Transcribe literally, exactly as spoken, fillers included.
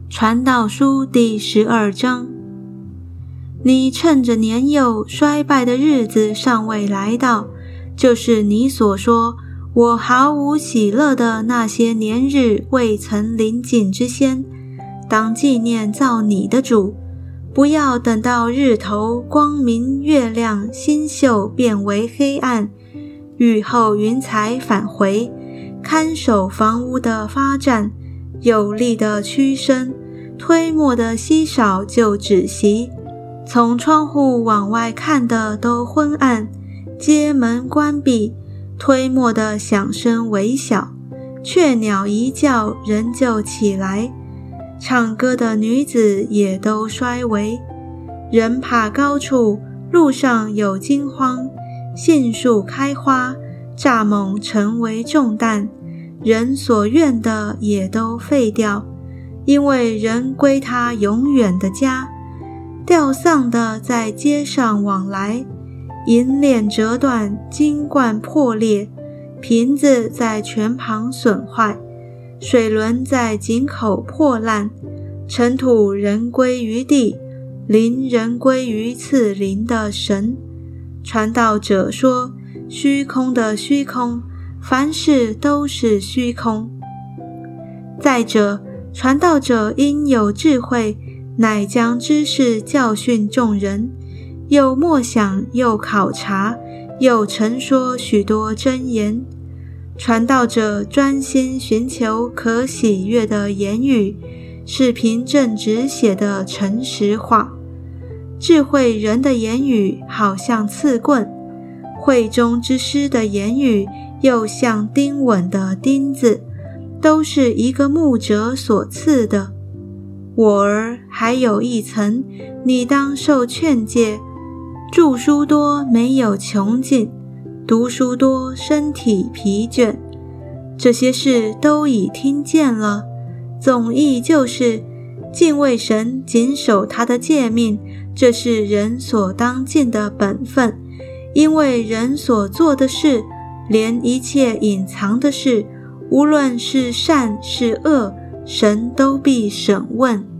传道书第十二章。你趁着年幼衰败的日子尚未来到，就是你所说我毫无喜乐的那些年日未曾临近之先，当纪念造你的主，不要等到日头光明月亮星宿变为黑暗，雨后云彩返回，看守房屋的发战，有力的屈伸，推磨的稀少就止息，从窗户往外看的都昏暗，街门关闭，推磨的响声微小，雀鸟一叫人就起来，唱歌的女子也都衰微。人怕高处，路上有惊慌，杏树开花，蚱蜢成为重担，人所愿的也都废掉，因为人归他永远的家。吊丧的在街上往来，银链折断，金冠破裂，瓶子在泉旁损坏，水轮在井口破烂，尘土人归于地，灵人归于赐灵的神。传道者说，虚空的虚空，凡事都是虚空。再者，传道者因有智慧，乃将知识教训众人，又默想，又考察，又陈说许多真言。传道者专心寻求可喜悦的言语，是凭正直写的诚实话。智慧人的言语好像刺棍，慧中之师的言语又像钉稳的钉子，都是一个牧者所赐的。我儿，还有一层，你当受劝诫。著书多没有穷尽，读书多身体疲倦。这些事都已听见了，总意就是敬畏神，谨守他的诫命，这是人所当尽的本分。因为人所做的事，连一切隐藏的事，无论是善是恶，神都必审问。